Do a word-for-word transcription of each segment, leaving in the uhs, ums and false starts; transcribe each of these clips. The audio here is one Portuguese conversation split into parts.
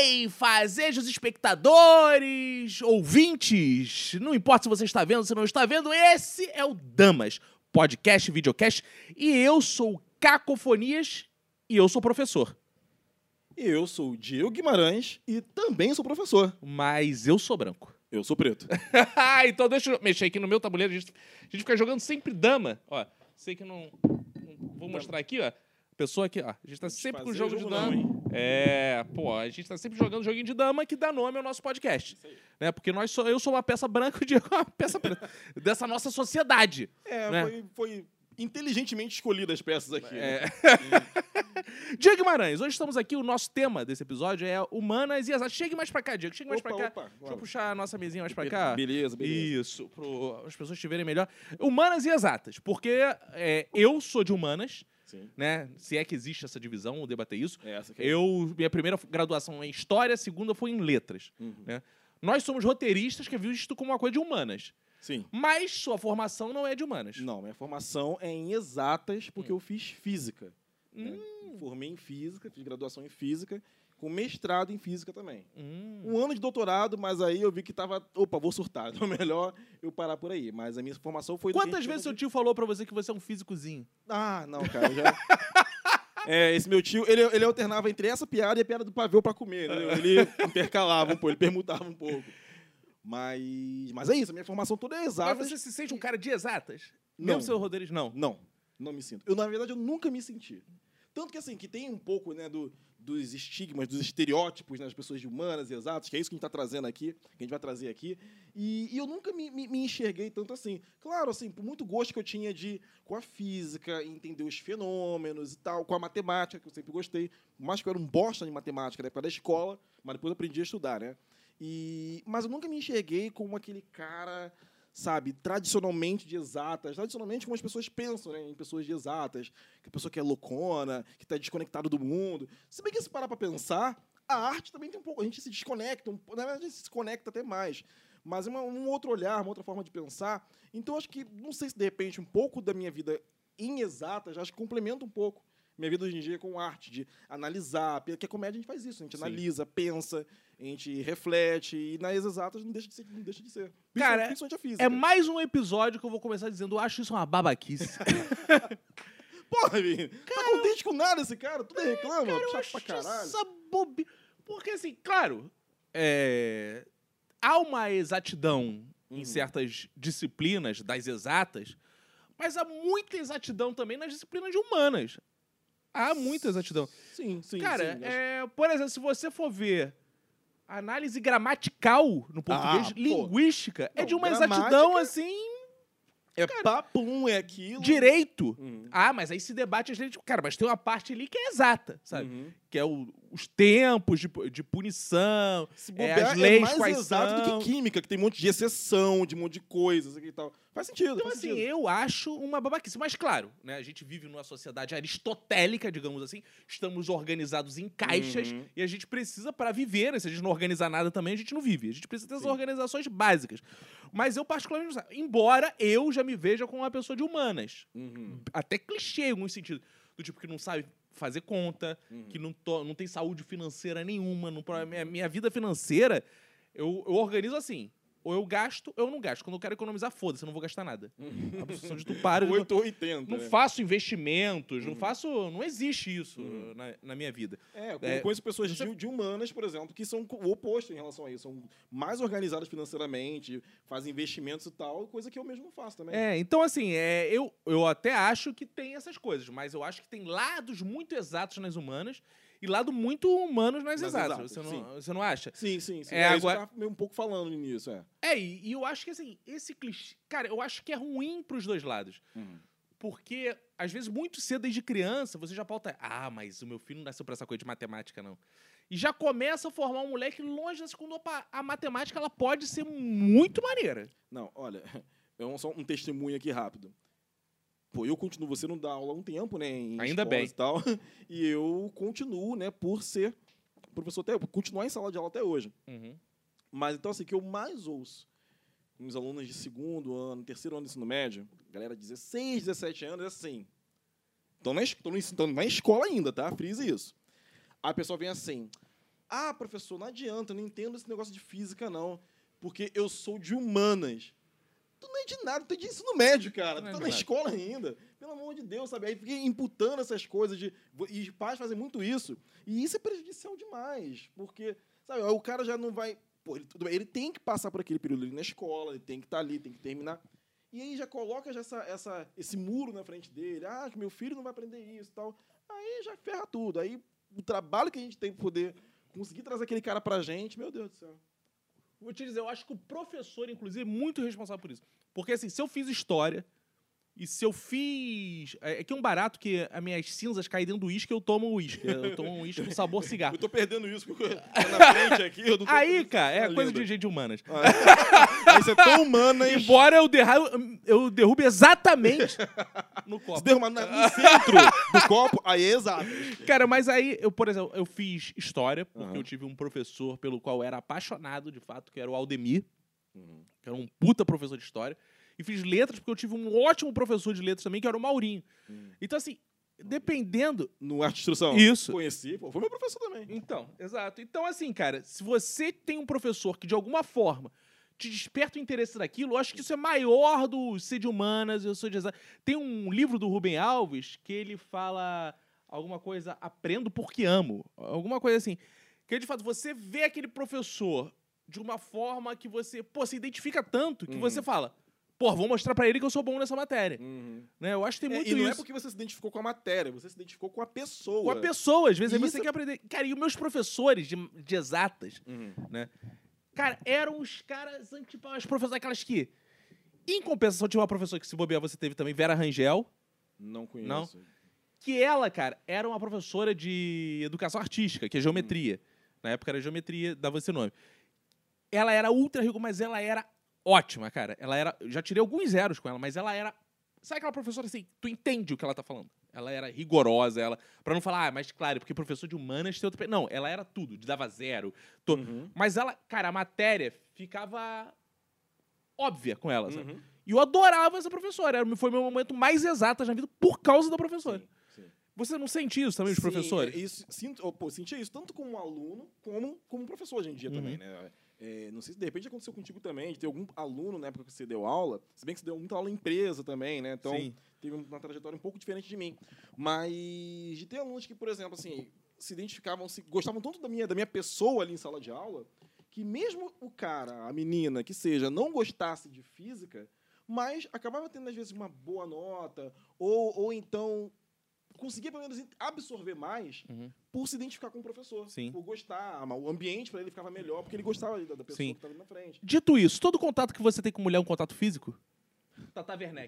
Bem, fazejos espectadores, ouvintes, não importa se você está vendo ou se não está vendo, esse é o Damas, podcast, videocast, e eu sou o Cacofonias e eu sou professor. Eu sou o Diego Guimarães e também sou professor. Mas eu sou branco. Eu sou preto. Então deixa eu mexer aqui no meu tabuleiro, a gente, a gente fica jogando sempre dama. Ó, sei que não... não vou mostrar aqui, ó. Pessoa aqui, ó. A gente tá sempre com o jogo, jogo de dama. Não, é, pô, a gente tá sempre jogando joguinho de dama que dá nome ao nosso podcast. Isso aí. Né? Porque nós sou, eu sou uma peça branca, o Diego é uma peça preta. Dessa nossa sociedade. É, né? foi, foi inteligentemente escolhidas as peças aqui. É. Né? Diego Guimarães, hoje estamos aqui, o nosso tema desse episódio é humanas e exatas. Chegue mais pra cá, Diego, chegue mais opa, pra cá. Opa, Deixa claro. eu puxar a nossa mesinha mais pra cá. Beleza, beleza. Isso, para as pessoas te verem melhor. Humanas e exatas, porque é, eu sou de humanas. Sim. Né? Se é que existe essa divisão, vou debater isso. É essa que é. Eu, minha primeira graduação é em História, a segunda foi em Letras. Uhum. Né? Nós somos roteiristas, que é visto como uma coisa de humanas. Sim. Mas sua formação não é de humanas. Não, minha formação é em exatas, porque hum. eu fiz física. Hum. Né? Formei em física, fiz graduação em física, com mestrado em física também. Hum. Um ano de doutorado, mas aí eu vi que tava... Opa, vou surtar. Então melhor eu parar por aí. Mas a minha formação foi... Quantas vezes seu tio falou pra você que você é um físicozinho? Ah, não, cara, eu já... É, esse meu tio, ele, ele alternava entre essa piada e a piada do pavê pra comer, né? Ele intercalava um pouco, ele permutava um pouco. Mas, mas é isso, a minha formação toda é exata. Mas você se sente um cara de exatas? Não. Mesmo seu Rodrigues, não? Não, não me sinto. Eu, na verdade, eu nunca me senti. Tanto que, assim, que tem um pouco, né, do, dos estigmas, dos estereótipos, né, das pessoas de humanas e exatas, que é isso que a gente está trazendo aqui, que a gente vai trazer aqui. E, e eu nunca me, me, me enxerguei tanto assim. Claro, assim, por muito gosto que eu tinha de com a física, entender os fenômenos e tal, com a matemática, que eu sempre gostei. Por mais que eu era um bosta de matemática na época da escola, mas depois eu aprendi a estudar, né? E, mas eu nunca me enxerguei como aquele cara... sabe, tradicionalmente de exatas, tradicionalmente como as pessoas pensam, né, em pessoas de exatas, que a pessoa que é loucona, que está desconectada do mundo. Se bem que se parar para pensar, a arte também tem um pouco, a gente se desconecta, um, na verdade a gente se conecta até mais, mas é uma, um outro olhar, uma outra forma de pensar. Então acho que, não sei se de repente um pouco da minha vida em exatas, acho que complementa um pouco minha vida hoje em dia com arte, de analisar, porque a comédia a gente faz isso, a gente Sim. analisa, pensa, a gente reflete, e nas exatas não deixa de ser. Não deixa de ser. Cara, principalmente a física. É mais um episódio que eu vou começar dizendo, eu acho isso uma babaquice. Porra, menino, tá contente com nada esse cara? Tudo é, reclama, cara, chato pra caralho. Essa bobe... Porque, assim, claro, é... há uma exatidão uhum. em certas disciplinas das exatas, mas há muita exatidão também nas disciplinas de humanas. Há muita exatidão. Sim, sim, Cara, sim. É, por exemplo, se você for ver análise gramatical no português, ah, linguística, não, é de uma gramática... exatidão, assim... É cara, papum, é aquilo... Direito. Uhum. Ah, mas aí se debate as leis... Cara, mas tem uma parte ali que é exata, sabe? Uhum. Que é o, os tempos de, de punição, se é, as é leis mais quais exato são. do que química, que tem um monte de exceção, de um monte de coisas e tal. Faz sentido, Então, faz assim, sentido. eu acho uma babaquice. Mas, claro, né, a gente vive numa sociedade aristotélica, digamos assim. Estamos organizados em caixas uhum. e a gente precisa, para viver, né? Se a gente não organizar nada também, a gente não vive. A gente precisa ter essas Sim. organizações básicas. Mas eu, particularmente, embora eu já me veja como uma pessoa de humanas. Uhum. Até clichê em alguns sentidos. Do tipo que não sabe fazer conta, uhum. que não, to, não tem saúde financeira nenhuma. Não, minha, minha vida financeira, eu, eu organizo assim. Ou eu gasto, ou eu não gasto. Quando eu quero economizar, foda-se, eu não vou gastar nada. Uhum. A posição de tu para. oito ou oitenta. Não né? faço investimentos, uhum. não faço... Não existe isso uhum. na, na minha vida. É, eu é, conheço pessoas você... de, de humanas, por exemplo, que são o oposto em relação a isso. São mais organizadas financeiramente, fazem investimentos e tal, coisa que eu mesmo não faço também. É, então assim, é, eu, eu até acho que tem essas coisas, mas eu acho que tem lados muito exatos nas humanas e lado muito humanos nas, nas exatas. exatas. Você, não, você não acha? Sim, sim, sim. É, é agora... isso que eu tava meio um pouco falando no início, é. É, e, e eu acho que assim, esse clichê... Cara, eu acho que é ruim pros dois lados. Uhum. Porque, às vezes, muito cedo, desde criança, você já pauta... Ah, mas o meu filho não nasceu pra essa coisa de matemática, não. E já começa a formar um moleque longe da segunda... Opa, a matemática, ela pode ser muito maneira. Não, olha, é só um testemunho aqui rápido. Pô, eu continuo, você não dá aula há um tempo, né? Em Ainda bem. E tal, e eu continuo, né, por ser professor até... Por continuar em sala de aula até hoje. Uhum. Mas, então, assim, o que eu mais ouço nos alunos de segundo ano, terceiro ano de ensino médio, galera de dezesseis, dezessete anos, é assim. Estão na, na escola ainda, tá? Frise isso. Aí a pessoa vem assim, Ah, professor, não adianta, eu não entendo esse negócio de física, não. Porque eu sou de humanas. Tu não é de nada, tu é de ensino médio, cara. Tu tá na escola ainda. Pelo amor de Deus, sabe? Aí fiquei imputando essas coisas de... E os pais fazem muito isso. E isso é prejudicial demais. Porque, sabe, o cara já não vai... Pô, ele, tudo bem, ele tem que passar por aquele período ali na escola, ele tem que estar ali, tem que terminar. E aí já coloca já essa, essa, esse muro na frente dele. Ah, que meu filho não vai aprender isso e tal. Aí já ferra tudo. Aí o trabalho que a gente tem para poder conseguir trazer aquele cara pra gente, meu Deus do céu. Vou te dizer, eu acho que o professor, inclusive, é muito responsável por isso. Porque, assim, se eu fiz história e se eu fiz... É que é um barato que as minhas cinzas caem dentro do uísque, eu tomo uísque. Eu tomo um uísque com sabor cigarro. Eu tô perdendo isso, porque tá na frente aqui, eu não tô... Aí, cara, é coisa de gente humanas. Aí você é tão humana... E... Embora eu, derra... eu derrube exatamente no copo. Se derrubar no centro do copo, aí é exato. Cara, mas aí, eu, por exemplo, eu fiz história, porque Uhum. eu tive um professor pelo qual eu era apaixonado, de fato, que era o Aldemir, Uhum. que era um puta professor de história. E fiz letras, porque eu tive um ótimo professor de letras também, que era o Maurinho. Uhum. Então, assim, dependendo... No Arte de Instrução? Isso. Conheci, pô, foi meu professor também. Então, exato. Então, assim, cara, se você tem um professor que, de alguma forma, te desperta o interesse naquilo, eu acho que isso é maior do ser de humanas, eu sou de exato. Tem um livro do Rubem Alves que ele fala alguma coisa, aprendo porque amo. Alguma coisa assim. Que, de fato, você vê aquele professor de uma forma que você, pô, se identifica tanto que Uhum. você fala, pô, vou mostrar pra ele que eu sou bom nessa matéria. Uhum. Né? Eu acho que tem É, muito e não isso. é porque você se identificou com a matéria, você se identificou com a pessoa. Com a pessoa, às vezes, aí E você isso- quer aprender. Cara, e os meus professores de, de exatas, Uhum. né? Cara, eram os caras, tipo, as professoras, aquelas que... Em compensação, tinha uma professora que, se bobear, você teve também, Vera Rangel, Não conheço. Não? que ela, cara, era uma professora de educação artística, que é geometria. Na época era geometria, dava esse nome. Ela era ultra rico, mas ela era ótima, cara. Ela era... Eu já tirei alguns zeros com ela, mas ela era... Sabe aquela professora assim, tu entende o que ela tá falando? Ela era rigorosa, ela... Pra não falar, ah, mas claro, porque professor de humanas tem outro... Não, ela era tudo, dava zero. To... Uhum. Mas ela, cara, a matéria ficava óbvia com ela, sabe? Uhum. E eu adorava essa professora. Era- Foi o meu momento mais exato na vida por causa da professora. Sim, sim. Você não sente isso também, os Sim, professores? é isso, sinto, oh, pô, sentia isso tanto como aluno, como como professor hoje em dia Uhum. também, né? É, não sei se de repente aconteceu contigo também, de ter algum aluno na época que você deu aula, se bem que você deu muita aula em empresa também, né? Então, Sim. teve uma trajetória um pouco diferente de mim. Mas de ter alunos que, por exemplo, assim, se identificavam, se gostavam tanto da minha, da minha pessoa ali em sala de aula, que mesmo o cara, a menina, que seja, não gostasse de física, mas acabava tendo, às vezes, uma boa nota, ou, ou então conseguia, pelo menos, absorver mais Uhum. por se identificar com o professor. Sim. Por gostar. O ambiente para ele ficava melhor, porque ele gostava da, da pessoa Sim. que estava ali na frente. Dito isso, todo contato que você tem com mulher é um contato físico? Tata Werneck.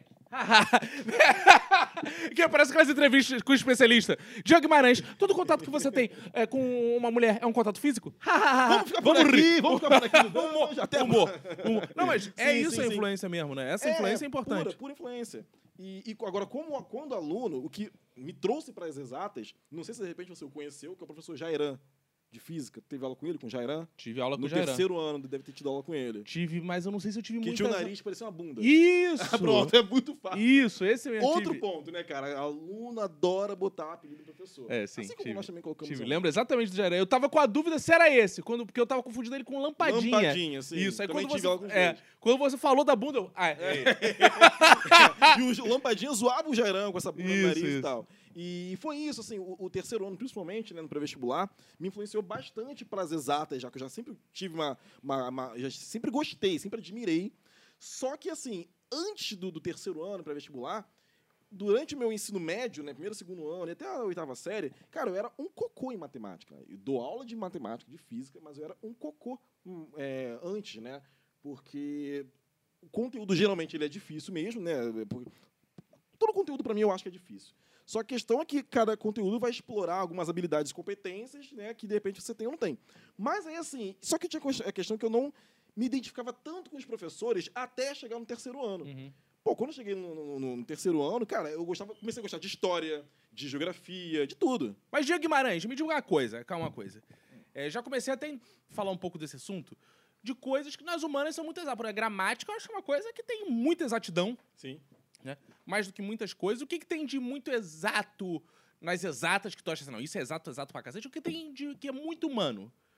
Que parece aquelas entrevistas com o especialista. Diego Guimarães, todo contato que você tem é, com uma mulher é um contato físico? Vamos ficar por aqui, vamos ficar por aqui no Dungeon, até Humor, humor. Não, mas é Sim, isso sim, a sim. influência mesmo, né? Essa influência é importante. Pura, pura influência. E, e agora, como, quando aluno, o que me trouxe para as exatas, não sei se de repente você o conheceu, que é o professor Jairan, de física. Teve aula com ele, com o Jairan? Tive aula com No o Jairan. terceiro ano, deve ter tido aula com ele. Tive, mas eu não sei se eu tive Que muita... tinha o nariz que parecia uma bunda. Isso! Ah, pronto, é muito fácil. Isso, esse mesmo. Outro tive. ponto, né, cara? Aluno adora botar apelido do professor. É, sim, Assim como tive. nós também colocamos. Tive. um. Lembro exatamente do Jairan. Eu tava com a dúvida se era esse, quando, porque eu tava confundindo ele com lampadinha. Lampadinha, sim. Isso, aí Também quando tive você, aula com os é, dois. quando você falou da bunda, eu... Ah, é. E o Lampadinha zoava o Jairan com essa bunda no Isso, nariz isso. e tal. E foi isso, assim, o, o terceiro ano, principalmente, né, no pré-vestibular, me influenciou bastante para as exatas, já que eu já sempre tive uma, uma, uma- já sempre gostei, sempre admirei. Só que, assim, antes do, do terceiro ano, pré-vestibular, durante o meu ensino médio, né, primeiro, segundo ano, e até a oitava série, cara, eu era um cocô em matemática. Eu dou aula de matemática, de física, mas eu era um cocô hum, é, antes, né? Porque o conteúdo, geralmente, ele é difícil mesmo, né? Porque todo conteúdo, para mim, eu acho que é difícil. Só a questão é que cada conteúdo vai explorar algumas habilidades e competências, né, que, de repente, você tem ou não tem. Mas aí, assim, só que tinha a questão que eu não me identificava tanto com os professores até chegar no terceiro ano. Uhum. Pô, quando eu cheguei no, no- no terceiro ano, cara, eu gostava, comecei a gostar de história, de geografia, de tudo. Mas, Diego Guimarães, me diga uma coisa, calma uma coisa. É, já comecei até a falar um pouco desse assunto, de coisas que nas humanas são muito exatas. Por exemplo, a gramática, eu acho que é uma coisa que tem muita exatidão, Sim. né? Mais do que muitas coisas. O que, que tem de muito exato nas exatas que tu acha assim, não, isso é exato, exato pra cacete? O que tem de que é muito humano?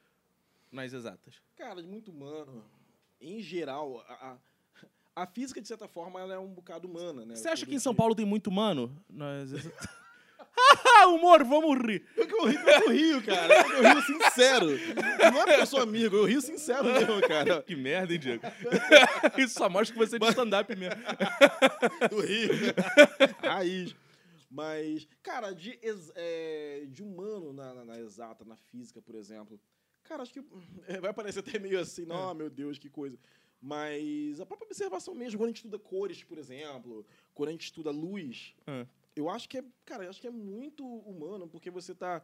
nas exatas? Cara, muito humano. Em geral, a, a, a física, de certa forma, ela é um bocado humana, né? Você acha que em São Paulo tem muito humano nas exatas? Humor, vamos rir. Eu que eu rio, eu rio, cara. Eu rio sincero. Não é porque eu sou amigo, eu rio sincero mesmo, cara. Que merda, hein, Diego? Isso só mostra que você é de stand-up mesmo. Do Rio. Raiz. Mas, cara, de, é, de humano na, na, na exata, na física, por exemplo, cara, acho que é, vai parecer até meio assim, não, meu Deus, que coisa. Mas a própria observação mesmo, quando a gente estuda cores, por exemplo, quando a gente estuda luz, Hum. eu acho que é, cara, eu acho que é muito humano, porque você tá...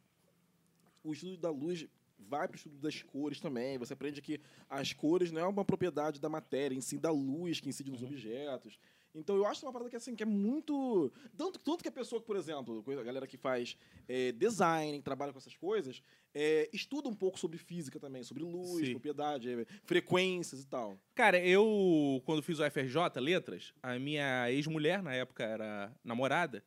O estudo da luz vai para o estudo das cores também. Você aprende que as cores não é uma propriedade da matéria, em si da luz que incide nos uhum. objetos. Então, eu acho uma parada que, assim, que é muito... Tanto, tanto que a pessoa que, por exemplo, a galera que faz é, design, que trabalha com essas coisas, é, estuda um pouco sobre física também, sobre luz, Sim. propriedade, é, frequências e tal. Cara, eu, quando fiz o F R J, letras, a minha ex-mulher, na época era namorada,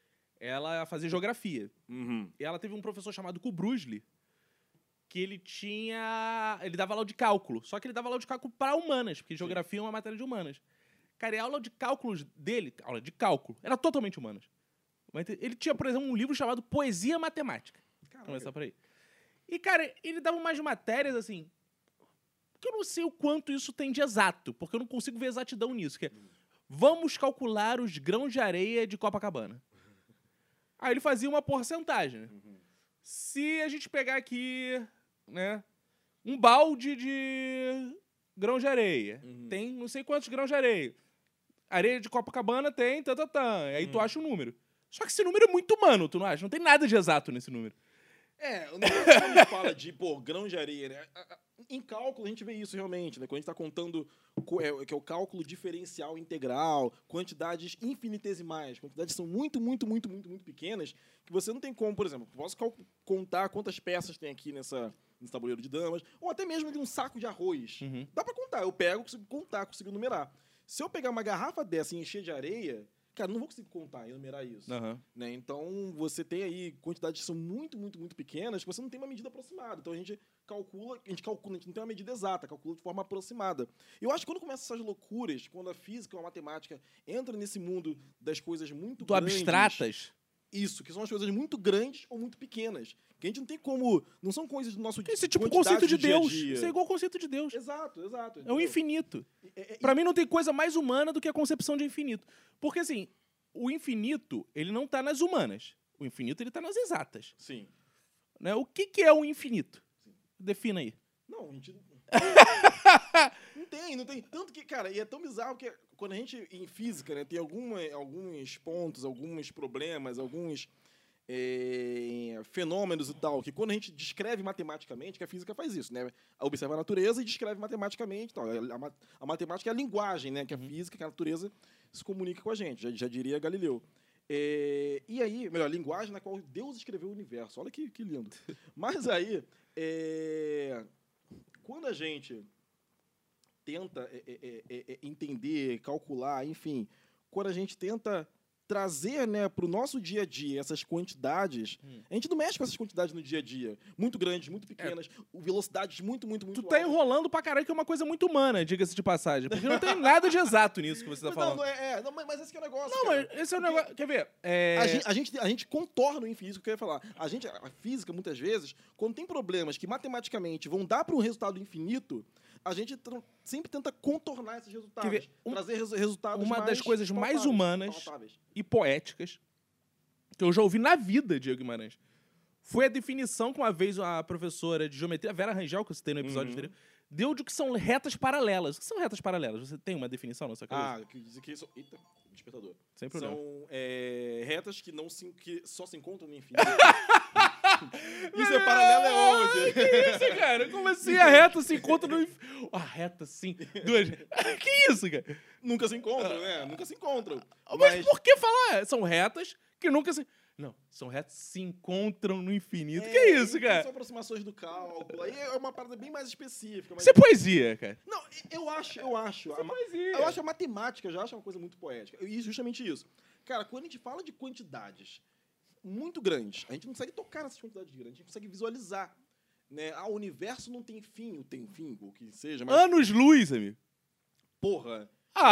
ela fazia geografia. Uhum. E ela teve um professor chamado Kubrusli, que ele tinha... Ele dava aula de cálculo, só que ele dava aula de cálculo para humanas, porque geografia Sim. é uma matéria de humanas. Cara, e a aula de cálculos dele, aula de cálculo, era totalmente humanas. Ele tinha, por exemplo, um livro chamado Poesia Matemática. Vamos começar por aí. E, cara, ele dava umas matérias, assim, que eu não sei o quanto isso tem de exato, porque eu não consigo ver exatidão nisso, que é, vamos calcular os grãos de areia de Copacabana. Aí ele fazia uma porcentagem, né? Uhum. Se a gente pegar aqui, né, um balde de grãos de areia, uhum. tem não sei quantos grãos de areia. Areia de Copacabana tem, tan, tan, tan. Aí uhum. tu acha um número. Só que esse número é muito humano, tu não acha? Não tem nada de exato nesse número. É, o negócio quando fala de, pô, grão de areia, né? Em cálculo a gente vê isso realmente, né? Quando a gente tá contando, que é o cálculo diferencial integral, quantidades infinitesimais, quantidades são muito, muito, muito, muito, muito pequenas, que você não tem como, por exemplo, posso contar quantas peças tem aqui nessa, nesse tabuleiro de damas, ou até mesmo de um saco de arroz. Uhum. Dá pra contar, eu pego, consigo contar, consigo numerar. Se eu pegar uma garrafa dessa e encher de areia, cara, não vou conseguir contar e numerar isso. Uhum. Né? Então, você tem aí quantidades que são muito, muito, muito pequenas que você não tem uma medida aproximada. Então, a gente calcula, a gente calcula, a gente não tem uma medida exata, calcula de forma aproximada. Eu acho que quando começam essas loucuras, quando a física ou a matemática entra nesse mundo das coisas muito Do grandes... abstratas. Isso, que são as coisas muito grandes ou muito pequenas. Que a gente não tem como... Não são coisas do nosso dia a dia. Esse tipo conceito de Deus. Isso é igual ao conceito de Deus. Exato, exato. É o infinito. É, é, Pra e... mim não tem coisa mais humana do que a concepção de infinito. Porque, assim, o infinito, ele não tá nas humanas. O infinito, ele tá nas exatas. Sim. Né? O que, que é o infinito? Sim. Defina aí. Não, a gente... não tem, não tem. Tanto que, cara, e é tão bizarro que quando a gente, em física, né, tem alguma, alguns pontos, alguns problemas, alguns é, fenômenos e tal, que quando a gente descreve matematicamente, que a física faz isso, né? Observa a natureza e descreve matematicamente. Tal. A, a matemática é a linguagem, né? Que a física, que a natureza se comunica com a gente, já, já diria Galileu. É, e aí, melhor, a linguagem na qual Deus escreveu o universo. Olha que, que lindo. Mas aí, é, quando a gente tenta é, é, é, é, entender, calcular, enfim, quando a gente tenta trazer, né, para o nosso dia a dia essas quantidades, hum. a gente não mexe com essas quantidades no dia a dia. Muito grandes, muito pequenas, é. velocidades muito, muito, muito Tu tá altas. enrolando pra caralho, que é uma coisa muito humana, diga-se de passagem. Porque não tem nada de exato nisso que você tá não, falando. Não, é, é, não, mas esse que é o negócio, Não, cara. mas esse é o porque negócio... Quer ver? É... A, gente, a, gente, a gente contorna o infinito, que eu ia falar. A, gente, a física, muitas vezes, quando tem problemas que matematicamente vão dar para um resultado infinito, a gente sempre tenta contornar esses resultados. Quer ver? Um, trazer res, resultados Uma mais das coisas palpáveis, mais humanas palpáveis. e poéticas que eu já ouvi na vida, Diego Guimarães, foi a definição que uma vez a professora de geometria, Vera Rangel, que eu citei no episódio uhum. anterior, deu de que são retas paralelas. O que são retas paralelas? Você tem uma definição na sua cabeça? Ah, que diz que são... Eita, despertador. Sem problema. São é, retas que, não se, que só se encontram no infinito. Isso é paralelo é onde? Que isso, cara? Como assim a reta se encontra no infinito? A reta, sim. Duas... Que isso, cara? Nunca se encontram, né? Nunca se encontram. Mas, mas por que falar? São retas que nunca se... Não, são retas que se encontram no infinito. É, que é isso, cara? São aproximações do cálculo. Aí é uma parada bem mais específica. Mas... Isso é poesia, cara. Não, eu acho, eu acho. Isso é a, poesia. Eu acho a matemática, eu já acho uma coisa muito poética. E justamente isso. Cara, quando a gente fala de quantidades muito grandes, a gente não consegue tocar nessas quantidades grandes, a gente consegue visualizar. né? Ah, o universo não tem fim, ou tem fim, ou o que seja. Mas, Anos-luz, amigo. porra.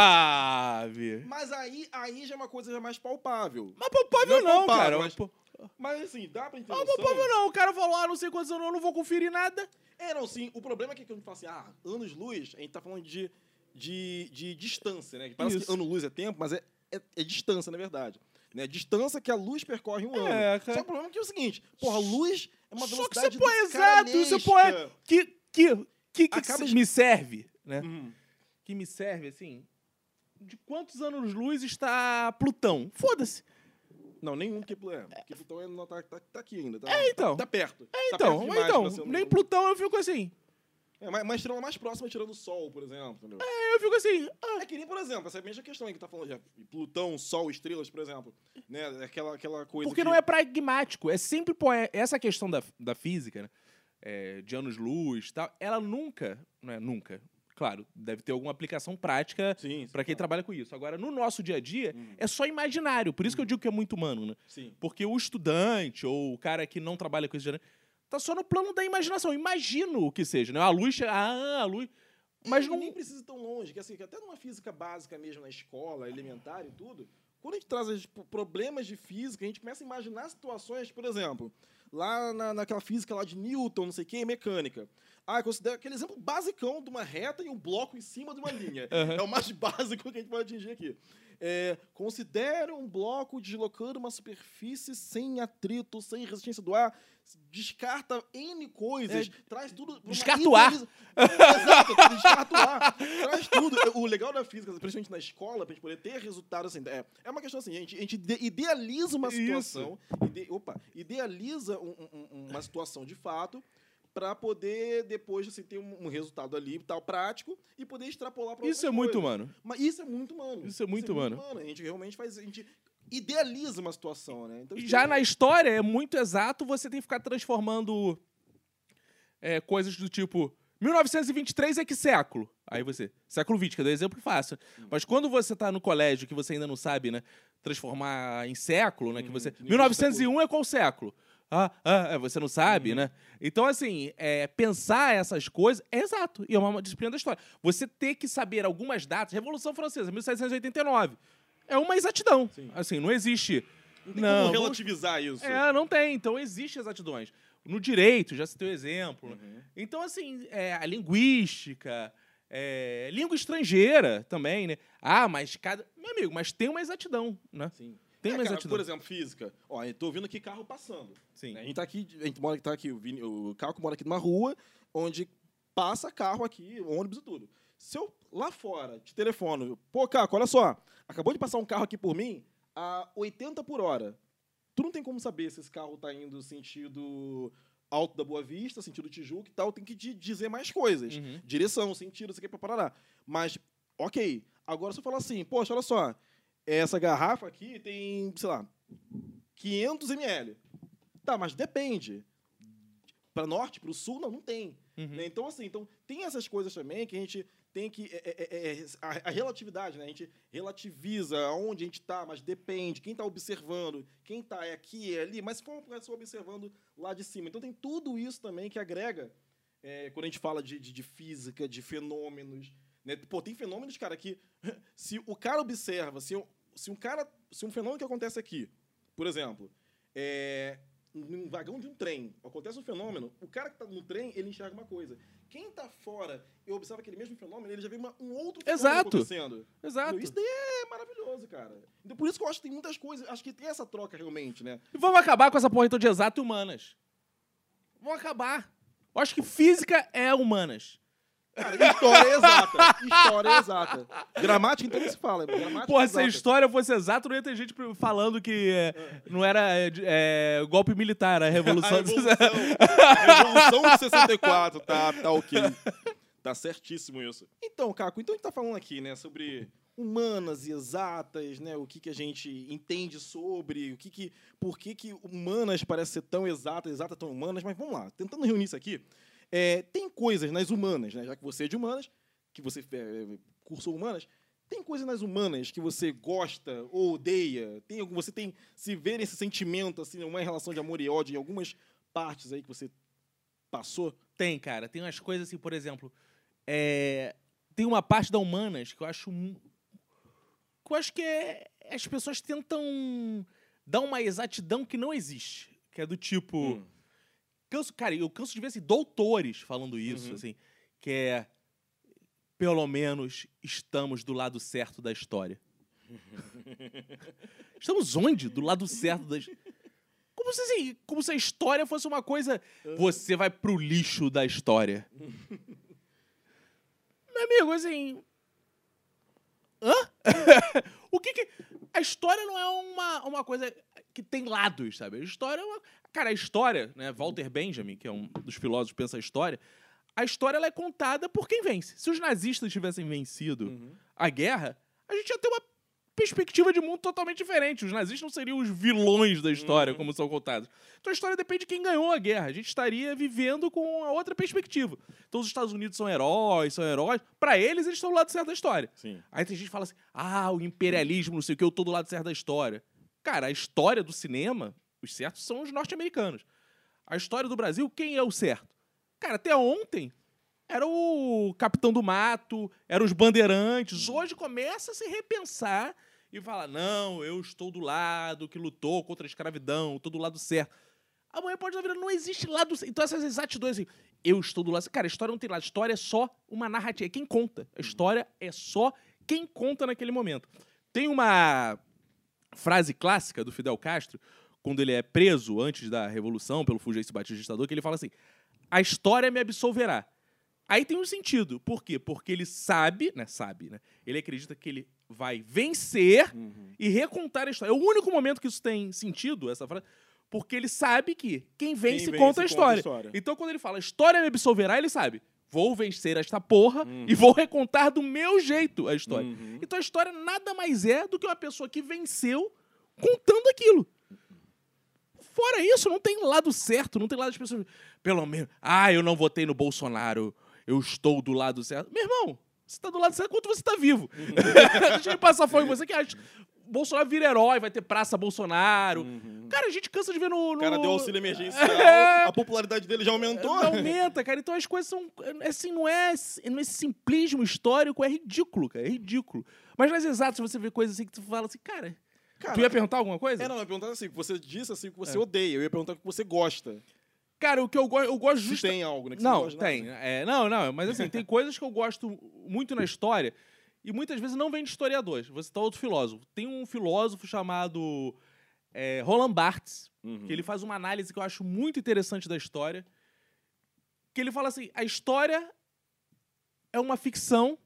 Ah, vi. Mas aí, aí já é uma coisa já mais palpável. Mas palpável Não é não, cara. palpável, mas- Pô- Mas assim, dá pra entender. Ah, palpável não. O cara falou, ah, não sei quantos anos, eu não vou conferir nada. É, não, sim. O problema é que quando a gente fala assim, ah, anos-luz, a gente tá falando de, de, de distância, né? Que parece Isso. que ano-luz é tempo, mas é, é, é distância, na verdade. Né? Distância que a luz percorre um ano. É, cara. Só que o problema é que é o seguinte, porra, a luz é uma Só que velocidade você põe exato, você põe... caralhesca. Que, que, que, que Acaba se- de- me serve, né? Uhum. Que me serve, assim... De quantos anos-luz está Plutão? Foda-se. Não, nenhum, porque, é, porque Plutão ainda não tá, tá, tá aqui ainda. Tá, É, então. Tá, tá perto. É, Tá então, perto demais então pra ser um- nem Plutão eu fico assim. É, mas uma estrela mais próxima tirando o Sol, por exemplo. Entendeu? É, eu fico assim. Ah, É que nem, por exemplo, essa mesma questão aí que tá falando de Plutão, Sol, estrelas, por exemplo. Né? Aquela, aquela coisa porque que... não é pragmático. É sempre poé- essa questão da, da física, né? É, de anos-luz e tal, ela nunca, não é nunca, claro, deve ter alguma aplicação prática Sim, sim, para quem claro. trabalha com isso. Agora, no nosso dia a dia, Hum. é só imaginário. Por isso que eu digo que é muito humano, né? Sim. Porque o estudante ou o cara que não trabalha com isso, né, tá só no plano da imaginação. Imagino o que seja, né? A luz, che- ah, a luz, mas E não nem precisa ir tão longe, que assim, que até numa física básica mesmo, na escola, elementar e tudo, quando a gente traz os p- problemas de física, a gente começa a imaginar situações, por exemplo, lá na, naquela física lá de Newton, não sei o que, mecânica. Ah, eu considero aquele exemplo basicão de uma reta e um bloco em cima de uma linha. É o mais básico que a gente pode atingir aqui. É, considere um bloco deslocando uma superfície sem atrito, sem resistência do ar, descarta N coisas, traz tudo... pra uma Descarta o ar. idealiza- Exato, descarta o ar, traz tudo. O legal da física, principalmente na escola, pra gente poder ter resultado assim, é, é uma questão assim, a gente, a gente ide- idealiza uma Isso. situação, ide- opa, idealiza um- um- um- uma situação de fato, para poder depois assim, ter um, um resultado ali tal prático e poder extrapolar para isso é muito humano. Mas isso é muito humano. Isso é muito humano. A gente realmente faz, a gente idealiza uma situação, né? Então, Já na história é muito exato, você tem que ficar transformando é, coisas do tipo mil novecentos e vinte e três é que século? Aí você, século vinte, que é o exemplo fácil. Mas quando você tá no colégio, que você ainda não sabe, né, transformar em século, né, que você... que mil novecentos e um é qual século? Ah, ah, é, você não sabe, Uhum. né? Então, assim, é, pensar essas coisas é exato. E é uma disciplina da história. Você ter que saber algumas datas. Revolução Francesa, mil setecentos e oitenta e nove. É uma exatidão. Sim. Assim, não existe... Não tem Não, como vamos- relativizar isso. É, não tem. Então, existe exatidões. No direito, já citei o exemplo. Uhum. Então, assim, é, a linguística, é, língua estrangeira também, né? Ah, mas cada... Meu amigo, mas tem uma exatidão, né? Sim. Tem É, uma cara, exatidão. por exemplo, física. Ó, eu tô ouvindo aqui carro passando. Sim. Né? A gente tá aqui, a gente mora tá aqui, o, Vini, o Caco mora aqui numa rua onde passa carro aqui, ônibus e tudo. Se eu lá fora te telefono, pô, Caco, olha só, acabou de passar um carro aqui por mim a oitenta por hora. Tu não tem como saber se esse carro tá indo sentido Alto da Boa Vista, sentido Tijuca e tal, tem que te dizer mais coisas. Uhum. Direção, sentido, isso aqui pra Paraná. Mas, ok. Agora se eu falar assim, poxa, olha só, essa garrafa aqui tem, sei lá, quinhentos mililitros. Tá, mas depende. Para norte, para o sul, não, não tem. Uhum. Né? Então, assim, então, tem essas coisas também que a gente tem que... É, é, é, a, a relatividade, né? A gente relativiza aonde a gente está, mas depende. Quem está observando, quem está é aqui, é ali. Mas se for uma pessoa observando lá de cima. Então, tem tudo isso também que agrega é, quando a gente fala de, de, de física, de fenômenos. Né? Pô, tem fenômenos, cara, que se o cara observa, se, eu, se um cara... Se um fenômeno que acontece aqui, por exemplo... É, num vagão de um trem, acontece um fenômeno, o cara que está no trem, ele enxerga uma coisa. Quem está fora e observa aquele mesmo fenômeno, ele já vê uma, um outro fenômeno Exato. acontecendo. Exato. Isso daí é maravilhoso, cara. Então, por isso que eu acho que tem muitas coisas, acho que tem essa troca realmente, né? E vamos acabar com essa porra então de exato e humanas. Vamos acabar. Eu acho que física é humanas. Cara, história é exata. História é exata. Gramática, então, não se fala. Gramática Porra, é se a exata. história fosse exata, não ia ter gente falando que é, não era é, é, golpe militar, a A Revolução... Revolução, a Revolução de sessenta e quatro, tá, tá ok. Tá certíssimo isso. Então, Caco, então a gente tá falando aqui, né, sobre humanas e exatas, né, o que, que a gente entende sobre, o que que, por que que humanas parecem ser tão exatas, exatas tão humanas, mas vamos lá, tentando reunir isso aqui, é, tem coisas nas humanas, né, já que você é de humanas, que você é, cursou humanas, tem coisas nas humanas que você gosta ou odeia? Tem algum, você tem se vê nesse sentimento, assim, uma relação de amor e ódio em algumas partes aí que você passou? Tem, cara. Tem umas coisas assim, por exemplo... É, tem uma parte da Humanas que eu acho... Que eu acho que é, as pessoas tentam dar uma exatidão que não existe. Que é do tipo... Hum. Canso, cara, eu canso de ver assim, doutores falando isso, uhum. assim, que é... Pelo menos estamos do lado certo da história. Estamos onde? Do lado certo da história. Como se, assim, como se a história fosse uma coisa... Você vai pro lixo da história. Meu amigo, assim... Hã? O que que... A história não é uma, uma coisa que tem lados, sabe? A história é uma... Cara, a história, né? Walter Benjamin, que é um dos filósofos que pensa a história, a história ela é contada por quem vence. Se os nazistas tivessem vencido uhum. a guerra, a gente ia ter uma perspectiva de mundo totalmente diferente. Os nazistas não seriam os vilões da história, uhum. como são contados. Então a história depende de quem ganhou a guerra. A gente estaria vivendo com a outra perspectiva. Então os Estados Unidos são heróis, são heróis. Pra eles, eles estão do lado certo da história. Sim. Aí tem gente que fala assim, ah, o imperialismo, não sei o que, eu tô do lado certo da história. Cara, a história do cinema, os certos são os norte-americanos. A história do Brasil, quem é o certo? Cara, até ontem era o Capitão do Mato, eram os bandeirantes. Hoje começa a se repensar e falar, não, eu estou do lado que lutou contra a escravidão, estou do lado certo. Amanhã pode vir, não existe lado certo. Então essas exatidões assim, eu estou do lado certo. Cara, a história não tem lado. A história é só uma narrativa. É quem conta. A história é só quem conta naquele momento. Tem uma frase clássica do Fidel Castro, quando ele é preso antes da Revolução, pelo Fulgêncio Batista ditador, que ele fala assim, a história me absolverá. Aí tem um sentido. Por quê? Porque ele sabe, né? Sabe, né? Ele acredita que ele vai vencer uhum. e recontar a história. É o único momento que isso tem sentido, essa frase, porque ele sabe que quem vence, quem vence conta, a história. conta a história. Então, quando ele fala, a história me absolverá, ele sabe, vou vencer esta porra uhum. e vou recontar do meu jeito a história. Uhum. Então, a história nada mais é do que uma pessoa que venceu contando aquilo. Fora isso, não tem lado certo, não tem lado das pessoas... Pelo menos, ah, eu não votei no Bolsonaro, eu estou do lado certo. Meu irmão, você está do lado certo enquanto você está vivo. Uhum. Deixa ele passar fome. Você que acha... Bolsonaro vira herói, vai ter Praça Bolsonaro. Uhum. Cara, a gente cansa de ver no... no... O cara deu auxílio emergencial, é... a popularidade dele já aumentou. Aumenta, cara. Então as coisas são... Assim, não é... Não é esse simplismo histórico, é ridículo, cara. É ridículo. Mas nas exatas você vê coisas assim que tu fala assim, cara... cara tu ia perguntar alguma coisa? É, não, eu ia perguntar assim, você disse assim que você é. odeia. Eu ia perguntar o que você gosta. Cara, o que eu gosto... Eu gosto Se justa... tem algo, né? Que não, você tem. É, não, não. Mas assim, tem coisas que eu gosto muito na história... E muitas vezes não vem de historiadores. Vou citar outro filósofo. Tem um filósofo chamado é, Roland Barthes, uhum. que ele faz uma análise que eu acho muito interessante da história. Que ele fala assim, a história é uma ficção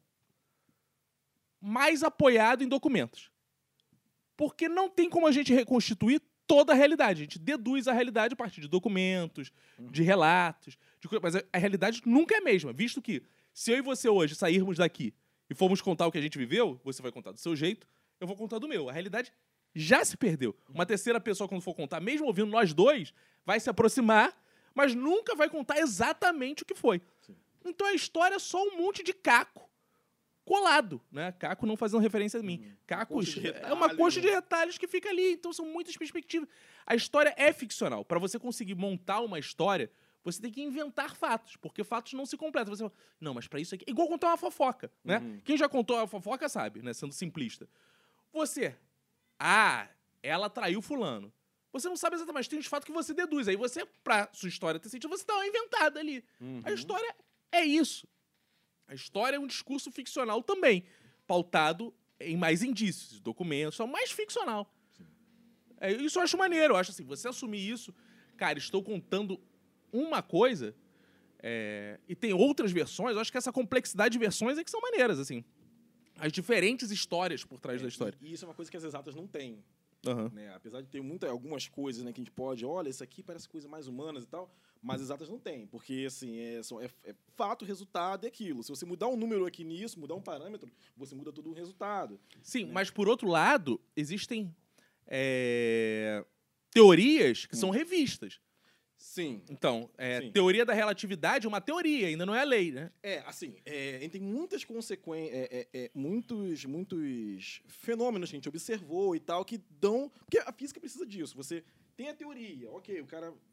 mais apoiada em documentos. Porque não tem como a gente reconstituir toda a realidade. A gente deduz a realidade a partir de documentos, uhum. de relatos. De... Mas a, a realidade nunca é a mesma. Visto que se eu e você hoje sairmos daqui e formos contar o que a gente viveu, você vai contar do seu jeito, eu vou contar do meu. A realidade já se perdeu. Uma terceira pessoa, quando for contar, mesmo ouvindo nós dois, vai se aproximar, mas nunca vai contar exatamente o que foi. Sim. Então a história é só um monte de caco colado, né? Caco não fazendo referência a mim. Hum, Cacos é uma coxa de retalhos que fica ali. Então são muitas perspectivas. A história é ficcional. Para você conseguir montar uma história, você tem que inventar fatos, porque fatos não se completam. Você fala, não, mas pra isso aqui... Igual contar uma fofoca, né? Uhum. Quem já contou a fofoca sabe, né? Sendo simplista. Você... Ah, ela traiu fulano. Você não sabe exatamente, mas tem uns fatos que você deduz. Aí você, pra sua história ter sentido, você dá uma inventada ali. Uhum. A história é isso. A história é um discurso ficcional também, pautado em mais indícios, documentos, só mais ficcional. É, isso eu acho maneiro. Eu acho assim, você assumir isso... Cara, estou contando... uma coisa, é, e tem outras versões, eu acho que essa complexidade de versões é que são maneiras, assim. As diferentes histórias por trás é, da história. E, e isso é uma coisa que as exatas não têm. Uhum. Né? Apesar de ter muita, algumas coisas, né, que a gente pode... Olha, isso aqui parece coisa mais humanas e tal, mas as exatas não têm. Porque, assim, é, são, é, é fato, resultado, é aquilo. Se você mudar um número aqui nisso, mudar um parâmetro, você muda todo o resultado. Sim, né? Mas, por outro lado, existem é, teorias que hum. são revistas. Sim. Então, é, Sim. teoria da relatividade é uma teoria, ainda não é a lei, né? É, assim, é, tem muitas consequências, é, é, é, muitos, muitos fenômenos que a gente observou e tal, que dão... Porque a física precisa disso. Você tem a teoria, ok, o cara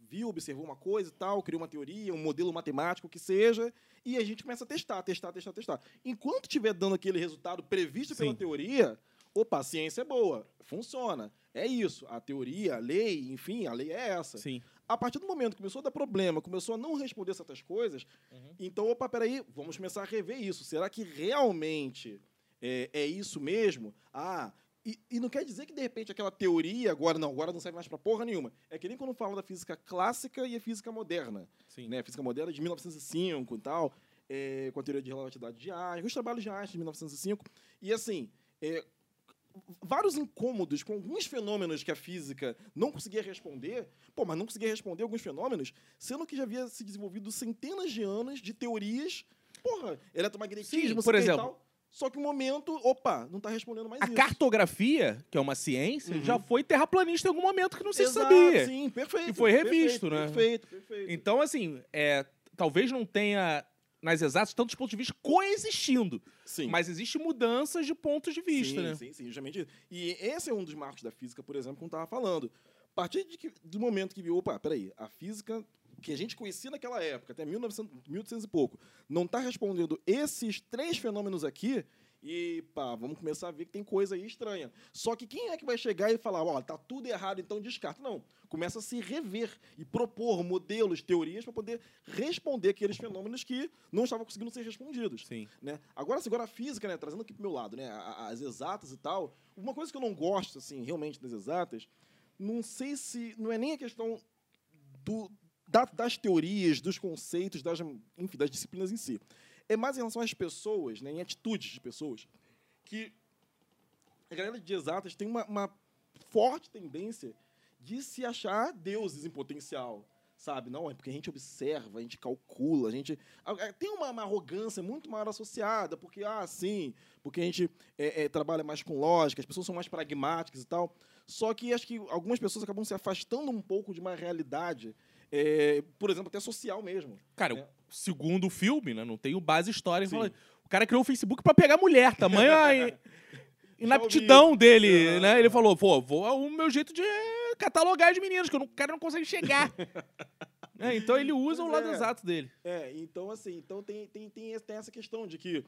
viu, observou uma coisa e tal, criou uma teoria, um modelo matemático, o que seja, e a gente começa a testar, testar, testar, testar. Enquanto estiver dando aquele resultado previsto pela Sim. teoria, opa, a ciência é boa, funciona. É isso, a teoria, a lei, enfim, a lei é essa. Sim. A partir do momento que começou a dar problema, começou a não responder certas coisas, uhum. então, opa, peraí, vamos começar a rever isso. Será que realmente é, é isso mesmo? Ah, e, e não quer dizer que, de repente, aquela teoria agora não, agora não serve mais para porra nenhuma. É que nem quando fala da física clássica e a física moderna. Sim. Né? A física moderna de mil novecentos e cinco e tal, é, com a teoria de relatividade de Einstein, os trabalhos de Einstein de mil novecentos e cinco. E, assim, é, vários incômodos com alguns fenômenos que a física não conseguia responder, pô, mas não conseguia responder alguns fenômenos, sendo que já havia se desenvolvido centenas de anos de teorias, porra, eletromagnetismo, Sim, por exemplo, e tal, só que um momento, opa, não está respondendo mais a isso. A cartografia, que é uma ciência, uhum. já foi terraplanista em algum momento que não se Exato, sabia. Sim, perfeito. E foi revisto, perfeito, né? Perfeito, perfeito. Então, assim, é, talvez não tenha, nas exatas, tantos pontos de vista coexistindo. Sim. Mas existem mudanças de pontos de vista, sim, né? Sim, sim, justamente isso. E esse é um dos marcos da física, por exemplo, como eu estava falando. A partir de que, do momento que viu, opa, peraí, a física que a gente conhecia naquela época, até mil e novecentos, mil e oitocentos e pouco, não está respondendo esses três fenômenos aqui, e pá, vamos começar a ver que tem coisa aí estranha. Só que quem é que vai chegar e falar, ó, tá tudo errado, então descarta? Não. Começa a se rever e propor modelos, teorias para poder responder aqueles fenômenos que não estavam conseguindo ser respondidos. Sim. Né? Agora, agora a física, né, trazendo aqui pro meu lado, né, as exatas e tal, uma coisa que eu não gosto, assim, realmente das exatas, não sei se, não é nem a questão do, da, das teorias, dos conceitos, das, enfim, das disciplinas em si. É mais em relação às pessoas, né, em atitudes de pessoas, que a galera de exatas tem uma, uma forte tendência de se achar deuses em potencial, sabe? Não, é porque a gente observa, a gente calcula, a gente... Tem uma, uma arrogância muito maior associada, porque, ah, sim, porque a gente é, é, trabalha mais com lógica, as pessoas são mais pragmáticas e tal. Só que acho que algumas pessoas acabam se afastando um pouco de uma realidade, é, por exemplo, até social mesmo. Cara, né? Segundo o filme, né, não tenho base histórica, fala, o cara criou o Facebook pra pegar mulher, tamanho a inaptidão dele, uhum. né? Ele falou, pô, vou é o meu jeito de catalogar as meninas, que eu não, o cara não consegue chegar. é, então ele usa pois o lado é. exato dele. É, então assim, então tem, tem, tem, tem essa questão de que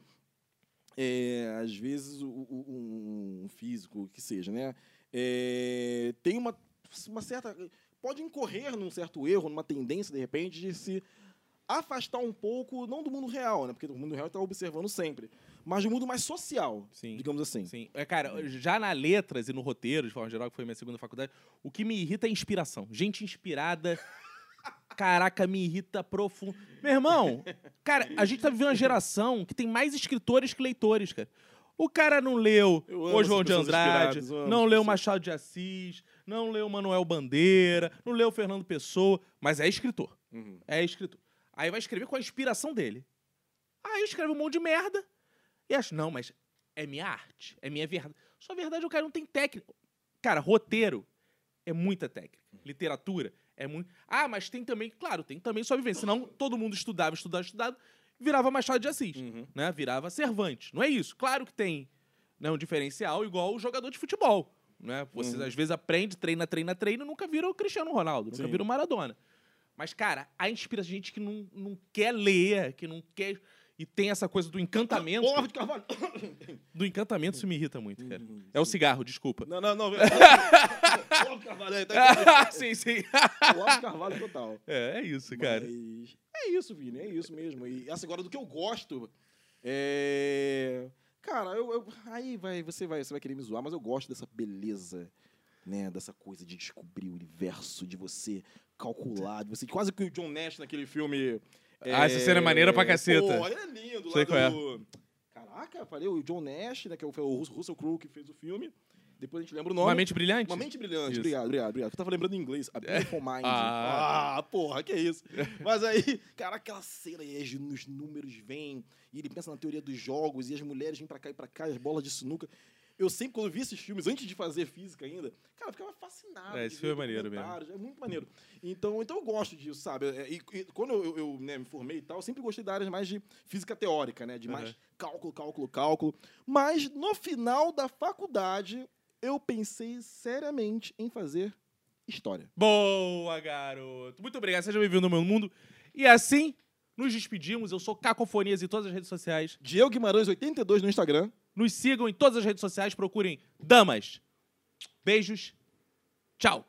é, às vezes o, o, um físico que seja, né, é, tem uma, uma certa... pode incorrer num certo erro, numa tendência, de repente, de se afastar um pouco, não do mundo real, né? Porque o mundo real está observando sempre, mas do mundo mais social, Sim. digamos assim. Sim. É, cara, já na letras e no roteiro, de forma geral, que foi minha segunda faculdade, o que me irrita é inspiração. Gente inspirada, caraca, me irrita profundo. Meu irmão, cara, a gente tá vivendo uma geração que tem mais escritores que leitores, cara. O cara não leu o João de Andrade, não leu Machado de Assis, não leu Manuel Bandeira, não leu Fernando Pessoa, mas é escritor. Uhum. É escritor. Aí vai escrever com a inspiração dele. Aí escreve um monte de merda e acha, não, mas é minha arte, é minha verdade. Só verdade, o cara não tem técnica. Cara, roteiro é muita técnica. Literatura é muito... Ah, mas tem também, claro, tem também sua vivência. Senão todo mundo estudava, estudava, estudava, virava Machado de Assis, uhum. né? Virava Cervantes. Não é isso. Claro que tem, né, um diferencial igual o jogador de futebol. Né? Você, uhum. às vezes, aprende, treina, treina, treina e nunca vira o Cristiano Ronaldo, nunca Sim. vira o Maradona. Mas, cara, a inspira gente que não, não quer ler, que não quer... E tem essa coisa do encantamento. Olavo de Carvalho. Do encantamento, isso me irrita muito, cara. Uhum, é o cigarro, desculpa. Não, não, não. Olavo de Carvalho. Tá sim, sim. Olavo de Carvalho total. É, é isso, cara. Mas é isso, Vini, é isso mesmo. E essa agora do que eu gosto, é... Cara, eu, eu... aí vai, você, vai, você vai querer me zoar, mas eu gosto dessa beleza, né? Dessa coisa de descobrir o universo, de você calcular, de você... Quase que o John Nash naquele filme... Ah, essa cena é maneira pra caceta. Pô, é lindo. Sei lá qual do... é. Caraca, falei, o John Nash, né, que foi o Russell Crowe que fez o filme. Depois a gente lembra o nome. Uma Mente Brilhante? Uma Mente Brilhante, isso. obrigado, obrigado, obrigado. Eu tava lembrando em inglês, A Beautiful Mind. Ah. ah, porra, que é isso. Mas aí, cara, aquela cena aí, os números vêm, e ele pensa na teoria dos jogos, e as mulheres vêm pra cá e pra cá, as bolas de sinuca. Eu sempre, quando vi esses filmes, antes de fazer física ainda, cara, eu ficava fascinado. É, esse filme é maneiro mesmo. É muito maneiro. Então, então eu gosto disso, sabe? E, e quando eu, eu né, me formei e tal, eu sempre gostei da área mais de física teórica, né? De mais uhum. cálculo, cálculo, cálculo. Mas, no final da faculdade, eu pensei seriamente em fazer história. Boa, garoto. Muito obrigado. Seja bem-vindo ao meu mundo. E assim, nos despedimos. Eu sou Cacofonias em todas as redes sociais. Diego Guimarães, oitenta e dois no Instagram. Nos sigam em todas as redes sociais. Procurem Damas. Beijos. Tchau.